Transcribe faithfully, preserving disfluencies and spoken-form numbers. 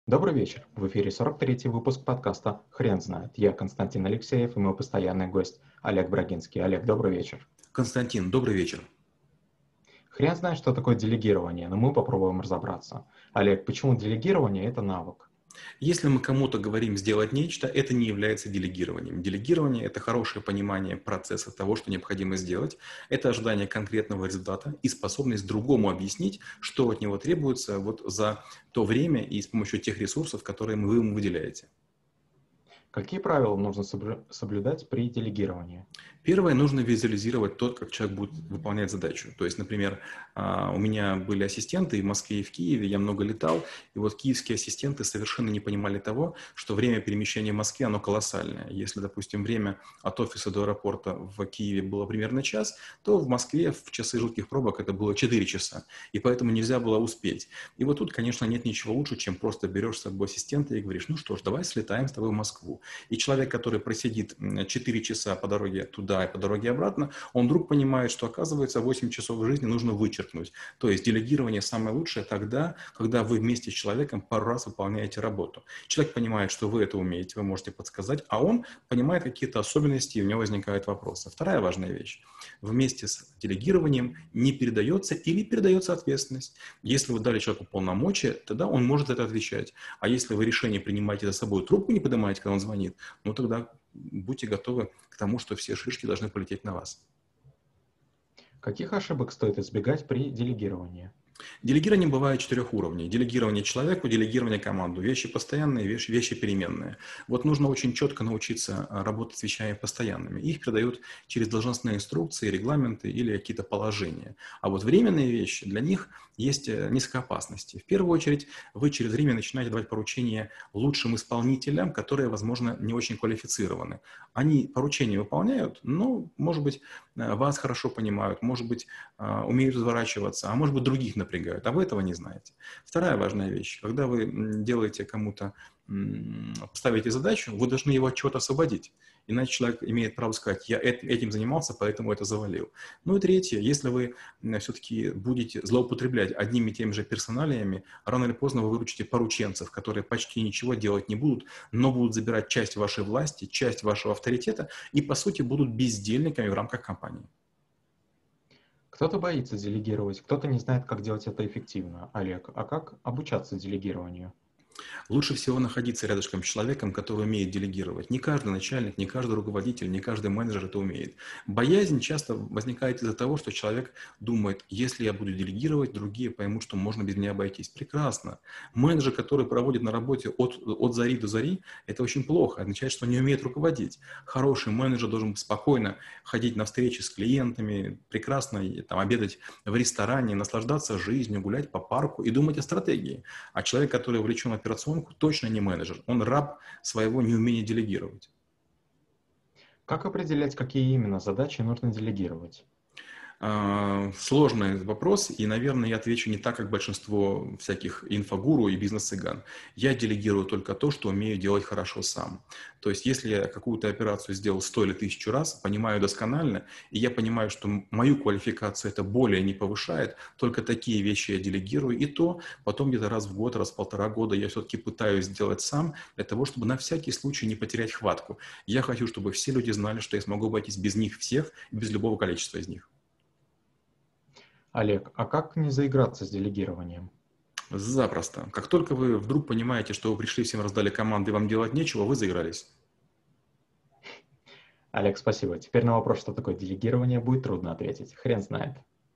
Добрый вечер. В эфире сорок третий выпуск подкаста «Хрен знает». Я Константин Алексеев и мой постоянный гость Олег Брагинский. Олег, добрый вечер. Константин, добрый вечер. Хрен знает, что такое делегирование, но мы попробуем разобраться. Олег, почему делегирование– это навык? Если мы кому-то говорим сделать нечто, это не является делегированием. Делегирование– это хорошее понимание процесса того, что необходимо сделать. Это ожидание конкретного результата и способность другому объяснить, что от него требуется вот за то время и с помощью тех ресурсов, которые вы ему выделяете. Какие правила нужно соблю- соблюдать при делегировании? Первое, нужно визуализировать то, как человек будет выполнять задачу. То есть, например, у меня были ассистенты и в Москве, и в Киеве, я много летал, и вот киевские ассистенты совершенно не понимали того, что время перемещения в Москве, оно колоссальное. Если, допустим, время от офиса до аэропорта в Киеве было примерно час, то в Москве в часы жутких пробок это было четыре часа, и поэтому нельзя было успеть. И вот тут, конечно, нет ничего лучше, чем просто берешь с собой ассистента и говоришь: ну что ж, давай слетаем с тобой в Москву. И человек, который просидит четыре часа по дороге туда и по дороге обратно, он вдруг понимает, что, оказывается, восемь часов жизни нужно вычеркнуть. То есть делегирование самое лучшее тогда, когда вы вместе с человеком пару раз выполняете работу. Человек понимает, что вы это умеете, вы можете подсказать, а он понимает какие-то особенности, и у него возникают вопросы. Вторая важная вещь. Вместе с делегированием не передается или передается ответственность. Если вы дали человеку полномочия, тогда он может это отвечать. А если вы решение принимаете за собой, трубку не поднимаете, когда он звонит, ну тогда будьте готовы к тому, что все шишки должны полететь на вас. Каких ошибок стоит избегать при делегировании? Делегирование бывает четырех уровней. Делегирование человеку, делегирование команду. Вещи постоянные, вещи, вещи переменные. Вот нужно очень четко научиться работать с вещами постоянными. Их передают через должностные инструкции, регламенты или какие-то положения. А вот временные вещи, для них есть несколько опасностей. В первую очередь, вы через время начинаете давать поручения лучшим исполнителям, которые, возможно, не очень квалифицированы. Они поручения выполняют, но, может быть, вас хорошо понимают, может быть, умеют разворачиваться, а может быть, других напрягают, а вы этого не знаете. Вторая важная вещь. Когда вы делаете кому-то, ставите задачу, вы должны его от чего-то освободить. Иначе человек имеет право сказать: я этим занимался, поэтому это завалил. Ну и третье. Если вы все-таки будете злоупотреблять одними и теми же персоналиями, рано или поздно вы выручите порученцев, которые почти ничего делать не будут, но будут забирать часть вашей власти, часть вашего авторитета и, по сути, будут бездельниками в рамках компании. Кто-то боится делегировать, кто-то не знает, как делать это эффективно. Олег, а как обучаться делегированию? Лучше всего находиться рядышком с человеком, который умеет делегировать. Не каждый начальник, не каждый руководитель, не каждый менеджер это умеет. Боязнь часто возникает из-за того, что человек думает: если я буду делегировать, другие поймут, что можно без меня обойтись. Прекрасно. Менеджер, который проводит на работе от, от зари до зари, это очень плохо. Это означает, что он не умеет руководить. Хороший менеджер должен спокойно ходить на встречи с клиентами, прекрасно там, обедать в ресторане, наслаждаться жизнью, гулять по парку и думать о стратегии. А человек, который увлечен операционку, точно не менеджер. Он раб своего неумения делегировать. Как определять, какие именно задачи нужно делегировать? Сложный вопрос, и, наверное, я отвечу не так, как большинство всяких инфогуру и бизнес-цыган. Я делегирую только то, что умею делать хорошо сам. То есть, если я какую-то операцию сделал сто или тысячу раз, понимаю досконально, и я понимаю, что мою квалификацию это более не повышает, только такие вещи я делегирую, и то потом где-то раз в год, раз в полтора года я все-таки пытаюсь сделать сам, для того, чтобы на всякий случай не потерять хватку. Я хочу, чтобы все люди знали, что я смогу обойтись без них всех, без любого количества из них. Олег, а как не заиграться с делегированием? Запросто. Как только вы вдруг понимаете, что вы пришли, всем раздали команды, и вам делать нечего, вы заигрались. Олег, спасибо. Теперь на вопрос, что такое делегирование, будет трудно ответить. Хрен знает.